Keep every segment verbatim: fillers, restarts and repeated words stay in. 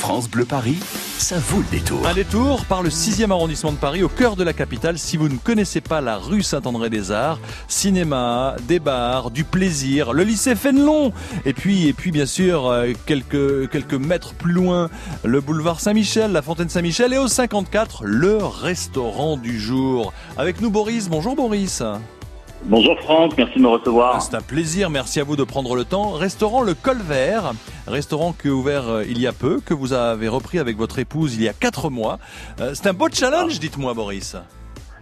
France Bleu Paris, ça vaut le détour. Un détour par le sixième arrondissement de Paris, au cœur de la capitale. Si vous ne connaissez pas la rue Saint-André-des-Arts, cinéma, des bars, du plaisir, le lycée Fénelon. Et puis, et puis bien sûr, quelques, quelques mètres plus loin, le boulevard Saint-Michel, la fontaine Saint-Michel. Et au cinquante-quatre, le restaurant du jour. Avec nous Boris. Bonjour Boris. Bonjour Franck, merci de me recevoir. C'est un plaisir, merci à vous de prendre le temps. Restaurant Le Colvert, restaurant qui est ouvert euh, il y a peu, que vous avez repris avec votre épouse il y a quatre mois. Euh, c'est un beau challenge, dites-moi Boris. Pardon ?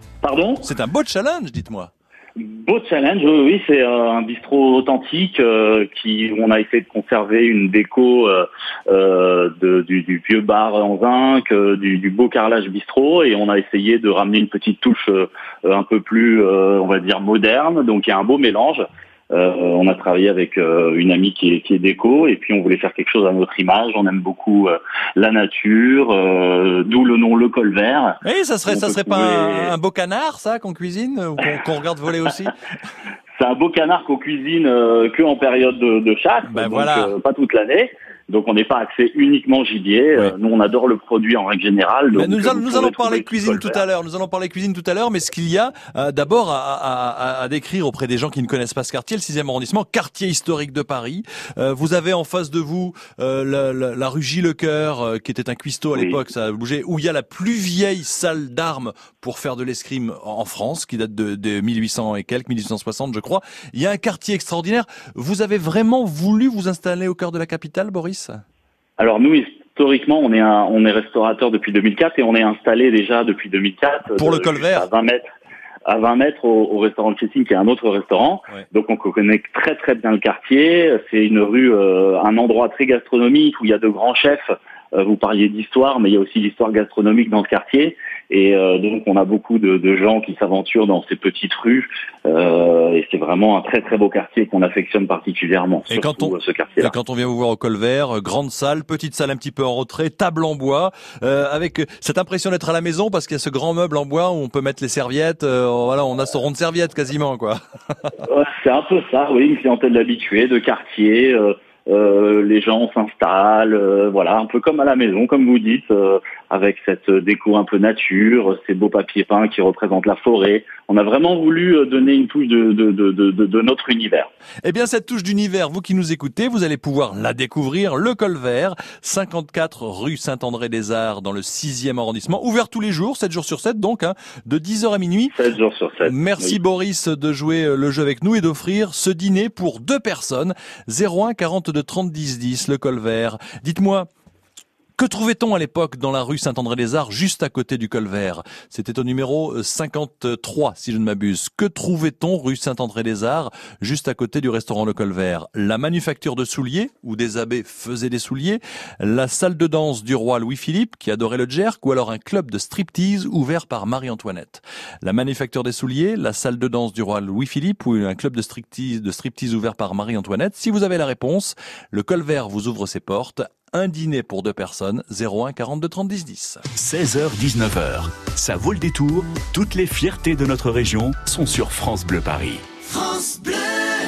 C'est un beau challenge, dites-moi. Beau challenge, oui, oui, c'est euh, un bistrot authentique euh, qui où on a essayé de conserver une déco euh, euh, de, du, du vieux bar en zinc, euh, du, du beau carrelage bistrot, et on a essayé de ramener une petite touche euh, un peu plus, euh, on va dire, moderne. Donc il y a un beau mélange. Euh, on a travaillé avec euh, une amie qui est, qui est déco, et puis on voulait faire quelque chose à notre image. On aime beaucoup euh, la nature, euh, d'où le nom Le Colvert. Oui, ça serait, on ça serait trouver... pas un, un beau canard, ça, qu'on cuisine, ou qu'on, qu'on regarde voler aussi. C'est un beau canard qu'on cuisine euh, que en période de, de chasse, ben donc voilà. euh, pas toute l'année. Donc on n'est pas axé uniquement gibier. Oui. Euh, nous on adore le produit en règle générale. Donc, Mais nous, allons, nous allons parler trouver cuisine tout à l'heure. Nous allons parler cuisine tout à l'heure. Mais ce qu'il y a euh, d'abord à, à, à, à décrire auprès des gens qui ne connaissent pas ce quartier, le sixième arrondissement, quartier historique de Paris. Euh, vous avez en face de vous euh, la, la, la rue Gilles-Lecœur, euh, qui était un cuistot à Oui. l'époque, ça a bougé, où il y a la plus vieille salle d'armes pour faire de l'escrime en France, qui date de, de mille huit cents et quelques, mille huit cent soixante, je crois. Il y a un quartier extraordinaire. Vous avez vraiment voulu vous installer au cœur de la capitale, Boris ? Alors nous, historiquement, on est un, on est restaurateur depuis deux mille quatre et on est installé déjà depuis deux mille quatre. Pour de, le Colvert. À vingt mètres, à vingt mètres au, au restaurant Chessing, qui est un autre restaurant. Ouais. Donc on connaît très très bien le quartier. C'est une rue, euh, un endroit très gastronomique où il y a de grands chefs. Euh, vous parliez d'histoire, mais il y a aussi l'histoire gastronomique dans ce quartier. Et euh, donc on a beaucoup de, de gens qui s'aventurent dans ces petites rues. Euh, et c'est vraiment un très très beau quartier qu'on affectionne particulièrement. Et quand on, ce quartier-là. et quand on vient vous voir au Colvert, euh, grande salle, petite salle un petit peu en retrait, table en bois, euh, avec cette impression d'être à la maison parce qu'il y a ce grand meuble en bois où on peut mettre les serviettes. Euh, voilà, on a ce rond de serviettes quasiment, quoi. Ouais, c'est un peu ça, oui, une clientèle habituée de quartier. Euh, euh, les gens s'installent, euh, voilà, un peu comme à la maison, comme vous dites, euh, avec cette déco un peu nature, ces beaux papiers peints qui représentent la forêt. On a vraiment voulu donner une touche de, de, de, de, de notre univers. Eh bien, cette touche d'univers, vous qui nous écoutez, vous allez pouvoir la découvrir. Le Colvert, cinquante-quatre rue Saint-André-des-Arts, dans le sixième arrondissement, ouvert tous les jours, sept jours sur sept, donc, hein, de dix heures à minuit. sept jours sur sept. Merci oui. Boris de jouer le jeu avec nous et d'offrir ce dîner pour deux personnes. zéro un quarante-deux trente dix dix, le Colvert. Dites-moi, que trouvait-on à l'époque dans la rue Saint-André-des-Arts, juste à côté du Colvert ? C'était au numéro cinquante-trois, si je ne m'abuse. Que trouvait-on rue Saint-André-des-Arts, juste à côté du restaurant Le Colvert ? La manufacture de souliers, où des abbés faisaient des souliers, la salle de danse du roi Louis-Philippe, qui adorait le jerk, ou alors un club de striptease ouvert par Marie-Antoinette. La manufacture des souliers, la salle de danse du roi Louis-Philippe, ou un club de striptease, de striptease ouvert par Marie-Antoinette. Si vous avez la réponse, Le Colvert vous ouvre ses portes. Un dîner pour deux personnes, zéro un quarante-deux trente dix dix. seize heures dix-neuf heures, ça vaut le détour. Toutes les fiertés de notre région sont sur France Bleu Paris. France Bleu.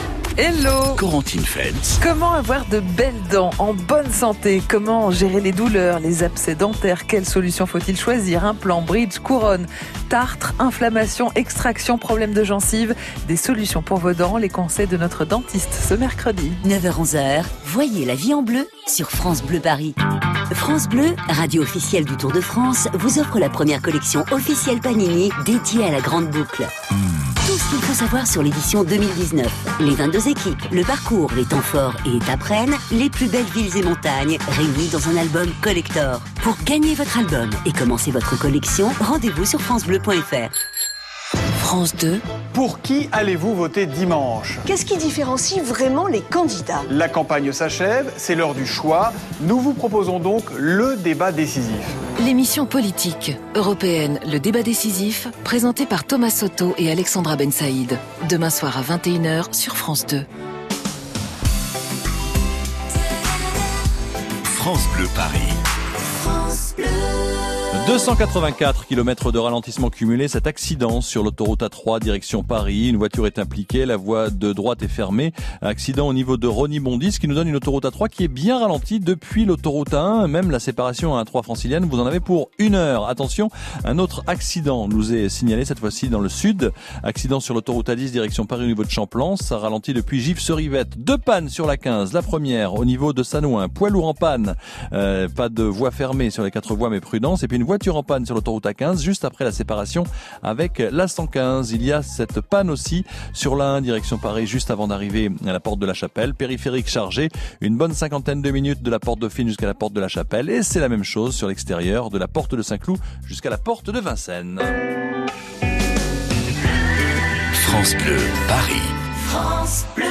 Hello! Corentine Feltz. Comment avoir de belles dents en bonne santé? Comment gérer les douleurs, les abcès dentaires? Quelle solution faut-il choisir? Implant, bridge, couronne, tartre, inflammation, extraction, problème de gencives? Des solutions pour vos dents, les conseils de notre dentiste ce mercredi. neuf heures onze heures, voyez la vie en bleu sur France Bleu Paris. France Bleu, radio officielle du Tour de France, vous offre la première collection officielle Panini dédiée à la grande boucle. Tout ce qu'il faut savoir sur l'édition deux mille dix-neuf. Les vingt-deux équipes, le parcours, les temps forts et étapes reines, les plus belles villes et montagnes, réunis dans un album collector. Pour gagner votre album et commencer votre collection, rendez-vous sur francebleu point f r. France deux. Pour qui allez-vous voter dimanche ? Qu'est-ce qui différencie vraiment les candidats ? La campagne s'achève, c'est l'heure du choix. Nous vous proposons donc le débat décisif. L'émission politique européenne Le débat décisif, présentée par Thomas Soto et Alexandra Ben Saïd. Demain soir à vingt et une heures sur France deux. France Bleu Paris. France Bleu. deux cent quatre-vingt-quatre kilomètres de ralentissement cumulé, cet accident sur l'autoroute A trois direction Paris. Une voiture est impliquée, la voie de droite est fermée. Accident au niveau de Rosny-Bondy, ce qui nous donne une autoroute A trois qui est bien ralentie depuis l'autoroute A un. Même la séparation à A trois francilienne, vous en avez pour une heure. Attention, un autre accident nous est signalé, cette fois-ci dans le sud. Accident sur l'autoroute A dix direction Paris au niveau de Champlan. Ça ralentit depuis Gif-sur-Yvette. Deux pannes sur la quinze. La première au niveau de Sanouin. Poids lourd en panne. Euh, pas de voie fermée sur les quatre voies, mais prudence. Et puis une voiture en panne sur l'autoroute A quinze, juste après la séparation avec la cent quinze. Il y a cette panne aussi sur la un, direction Paris, juste avant d'arriver à la porte de la Chapelle. Périphérique chargé, une bonne cinquantaine de minutes de la porte Dauphine jusqu'à la porte de la Chapelle. Et c'est la même chose sur l'extérieur, de la porte de Saint-Cloud jusqu'à la porte de Vincennes. France Bleu, Paris. France Bleu.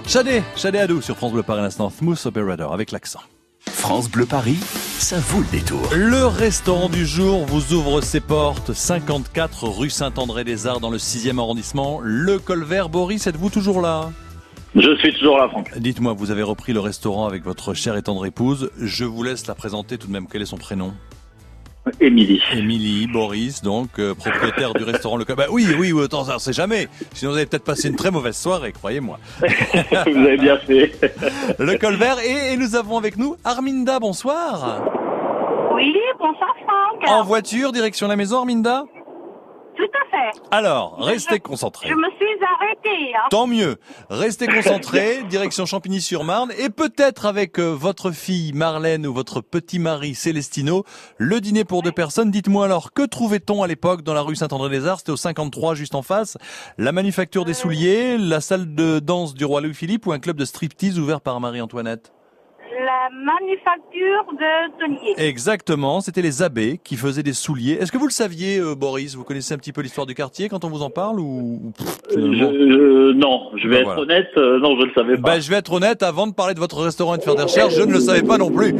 Shadé, Shadé Adou sur France Bleu Paris à l'instant, Smooth Operator avec l'accent. France Bleu Paris, ça vaut le détour. Le restaurant du jour vous ouvre ses portes, cinquante-quatre rue Saint-André-des-Arts dans le sixième arrondissement. Le Colvert. Boris, êtes-vous toujours là ? Je suis toujours là, Franck. Dites-moi, vous avez repris le restaurant avec votre chère et tendre épouse. Je vous laisse la présenter tout de même. Quel est son prénom ? Émilie. Émilie, Boris, donc euh, propriétaire du restaurant Le Colvert. Bah oui, oui, oui, autant ça, on sait jamais. Sinon vous avez peut-être passé une très mauvaise soirée, croyez-moi. Vous avez bien fait. Le Colvert, et, et nous avons avec nous Arminda, bonsoir. Oui, bonsoir Franck. En voiture, direction la maison, Arminda ? Tout à fait. Alors, restez concentrés. Je me suis arrêtée. Hein. Tant mieux. Restez concentrés, direction Champigny-sur-Marne, et peut-être avec euh, votre fille Marlène ou votre petit mari Célestino, le dîner pour deux personnes. Dites-moi alors, que trouvait-on à l'époque dans la rue Saint-André-des-Arts ? C'était au cinquante-trois, juste en face. La manufacture des souliers, la salle de danse du roi Louis-Philippe ou un club de striptease ouvert par Marie-Antoinette ? La manufacture de souliers. Exactement, c'était les abbés qui faisaient des souliers. Est-ce que vous le saviez, euh, Boris ? Vous connaissez un petit peu l'histoire du quartier quand on vous en parle ou pff, Je, je, Non, je vais ben être voilà. honnête, euh, non, je ne le savais pas. Ben, je vais être honnête, avant de parler de votre restaurant et de faire des recherches, je ne le savais pas non plus.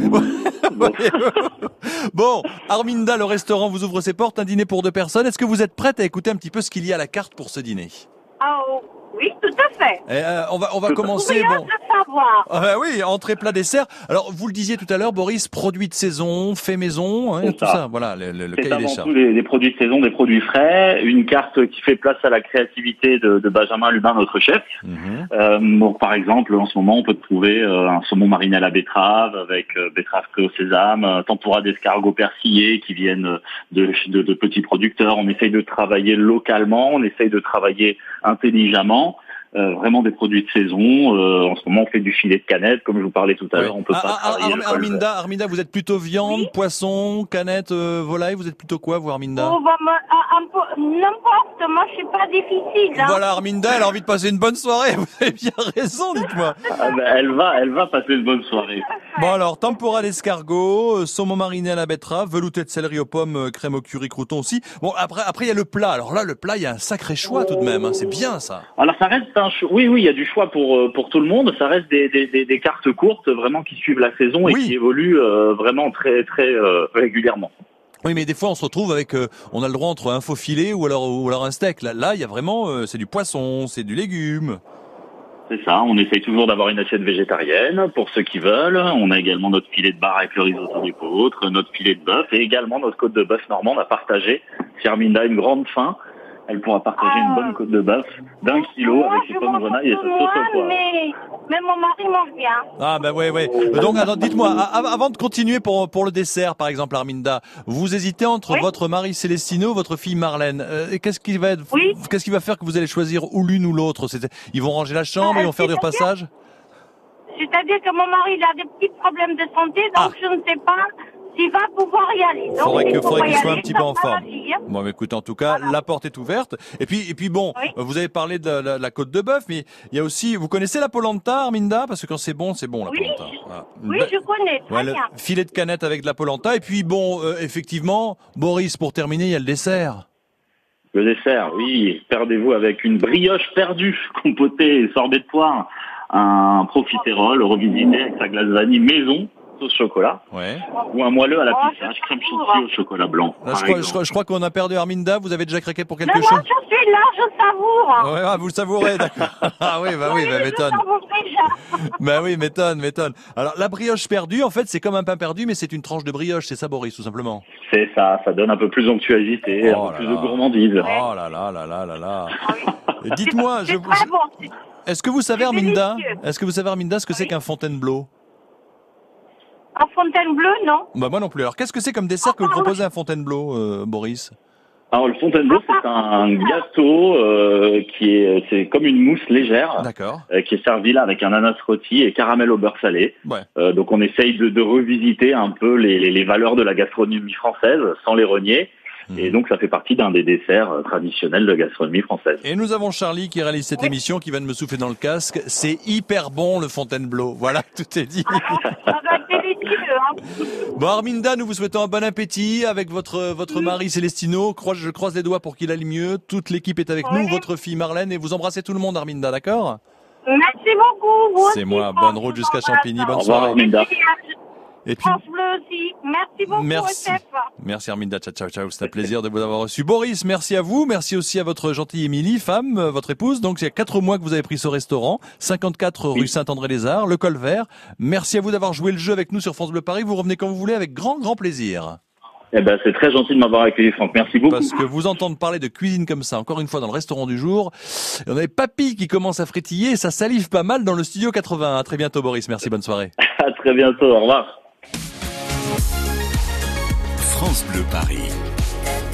Bon, Arminda, le restaurant vous ouvre ses portes, un dîner pour deux personnes. Est-ce que vous êtes prête à écouter un petit peu ce qu'il y a à la carte pour ce dîner ? Oh, oui, tout à fait. Et, euh, on va, on va commencer. Curieux Bon. de savoir. Ah ben oui, entrée, plat, dessert. Alors, vous le disiez tout à l'heure, Boris, produits de saison, fait maison, hein, C'est tout ça. ça. Voilà, le, le, le C'est cahier des avant charges. tout des, des produits de saison, des produits frais, une carte qui fait place à la créativité de, de Benjamin Lubin, notre chef. Mhm. Euh, donc, par exemple, en ce moment, on peut trouver euh, un saumon mariné à la betterave avec euh, betterave crue au sésame, euh, tempura d'escargots persillés qui viennent de, de, de petits producteurs. On essaye de travailler localement, on essaye de travailler intelligemment. Euh, vraiment des produits de saison. Euh, en ce moment, on fait du filet de canette, comme je vous parlais tout à Oui. l'heure. On peut Ah, pas ah, travailler Ar- le Arminda, Arminda, vous êtes plutôt viande, Oui. poisson, canette, euh, volaille. Vous êtes plutôt quoi, vous, Arminda ? Oh, bah, bah, ah, un peu- n'importe, moi je suis pas difficile. Hein. Voilà, Arminda, elle a envie de passer une bonne soirée. Vous avez bien raison, dites-moi. Ah ben, elle va, elle va passer une bonne soirée. Bon alors, tempura d'escargot, euh, saumon mariné à la betterave, velouté de céleri aux pommes, euh, crème au curry crouton aussi. Bon, après, après il y a le plat. Alors là, le plat, il y a un sacré choix tout de même. Hein. C'est bien ça. Alors ça reste un cho- oui oui il y a du choix pour euh, pour tout le monde. Ça reste des, des, des, des cartes courtes vraiment qui suivent la saison et Oui. qui évoluent euh, vraiment très très euh, régulièrement. Oui, mais des fois, on se retrouve avec, euh, on a le droit entre un faux filet ou alors ou alors un steak. Là, là, il y a vraiment, euh, c'est du poisson, c'est du légume. C'est ça. On essaye toujours d'avoir une assiette végétarienne pour ceux qui veulent. On a également notre filet de bar avec le risotto d'épeautre, notre filet de bœuf et également notre côte de bœuf normande à partager. Si Arminda a une grande faim, elle pourra partager Ah. une bonne côte de bœuf d'un kilo Moi, avec je ses pommes de mange grenaille et un sa peu sauce moins, au poivre. mais, mais mon mari mange bien. Ah ben ouais ouais. Donc attends, dites-moi, a- a- avant de continuer pour pour le dessert, par exemple, Arminda, vous hésitez entre Oui. votre mari Célestino, votre fille Marlène. Euh, qu'est-ce qui va être, Oui. qu'est-ce qui va faire que vous allez choisir ou l'une ou l'autre ? C'est- Ils vont ranger la chambre, Euh, ils vont faire du c'est-à-dire repassage. C'est-à-dire que mon mari il a des petits problèmes de santé, donc Ah. je ne sais pas s'il va pouvoir y aller. Donc, Faudrait il que, faut faudrait pas qu'il y soit un aller, petit ça peu en sera forme. la vie, hein. Bon, mais écoutez, en tout cas, Voilà. la porte est ouverte. Et puis, et puis bon, Oui. vous avez parlé de la, la- la côte de bœuf, mais il y a aussi, vous connaissez la polenta, Arminda, parce que quand c'est bon, c'est bon la Oui. polenta. Voilà. Oui, Bah, je connais, très ouais, le bien. filet de canette avec de la polenta. Et puis bon, euh, effectivement, Boris, pour terminer, il y a le dessert. Le dessert, oui. Perdez-vous avec une brioche perdue, compotée et sorbet de poire, un profiterole revisité avec sa glace vanille maison, sauce chocolat, Ouais. ou un moelleux à la Oh, pistache, je crème t'assure. chantilly au chocolat blanc. Là, par je crois, je, exemple. crois, je crois qu'on a perdu Arminda. Vous avez déjà craqué pour quelque Non, chose non, je suis là, je savoure. Ouais, ah, vous le savourez, d'accord. Ah oui, bah oui, bah je m'étonne. savoure déjà. Bah oui, m'étonne, m'étonne. Alors, la brioche perdue, en fait, c'est comme un pain perdu, mais c'est une tranche de brioche, c'est ça, Boris, tout simplement. C'est ça, ça donne un peu plus d'onctuosité, Oh un là peu plus là. de gourmandise. Oh là là là là là là. Ah oui. Et dites-moi, je C'est vous... très bon. c'est- est-ce que vous savez, c'est Arminda, délicieux. est-ce que vous savez, Arminda, ce que c'est Oui. qu'un Fontainebleau? En Fontainebleau, non. Bah moi non plus. Alors, qu'est-ce que c'est comme dessert que vous proposez à Fontainebleau, euh, Boris? Alors le Fontainebleau, c'est un gâteau euh, qui est, c'est comme une mousse légère, D'accord. euh, qui est servi là avec un ananas rôti et caramel au beurre salé. Ouais. Euh, donc on essaye de, de revisiter un peu les, les, les valeurs de la gastronomie française sans les renier. Mhm. Et donc ça fait partie d'un des desserts euh, traditionnels de gastronomie française. Et nous avons Charlie qui réalise cette émission, qui vient de me souffler dans le casque. C'est hyper bon le Fontainebleau. Voilà, tout est dit. Ça doit être délicieux, hein. Bon, Arminda, nous vous souhaitons un bon appétit avec votre votre mari Célestino. Croise, je croise les doigts pour qu'il aille mieux. Toute l'équipe est avec Oui. nous, votre fille Marlène, et vous embrassez tout le monde, Arminda, d'accord? Merci beaucoup. Vous C'est aussi, moi. France Bonne route Bleu, jusqu'à Vincent. Champigny. Bonne Au revoir, soirée. Arminda. Et puis, France Bleu aussi. Merci beaucoup, merci. Steph. Merci Arminda. Ciao, ciao, ciao. C'est un plaisir de vous avoir reçu. Boris, merci à vous. Merci aussi à votre gentille Émilie, femme, euh, votre épouse. Donc, il y a quatre mois que vous avez pris ce restaurant. cinquante-quatre rue Saint-André-les-Arts, le Col Vert. Merci à vous d'avoir joué le jeu avec nous sur France Bleu Paris. Vous revenez quand vous voulez avec grand, grand plaisir. Eh ben, c'est très gentil de m'avoir accueilli, Franck. Merci beaucoup. Parce que vous entendre parler de cuisine comme ça, encore une fois dans le restaurant du jour, on avait Papy qui commence à frétiller et ça salive pas mal dans le studio quatre-vingts. À très bientôt Boris, merci, bonne soirée. À très bientôt. Au revoir. France Bleu Paris.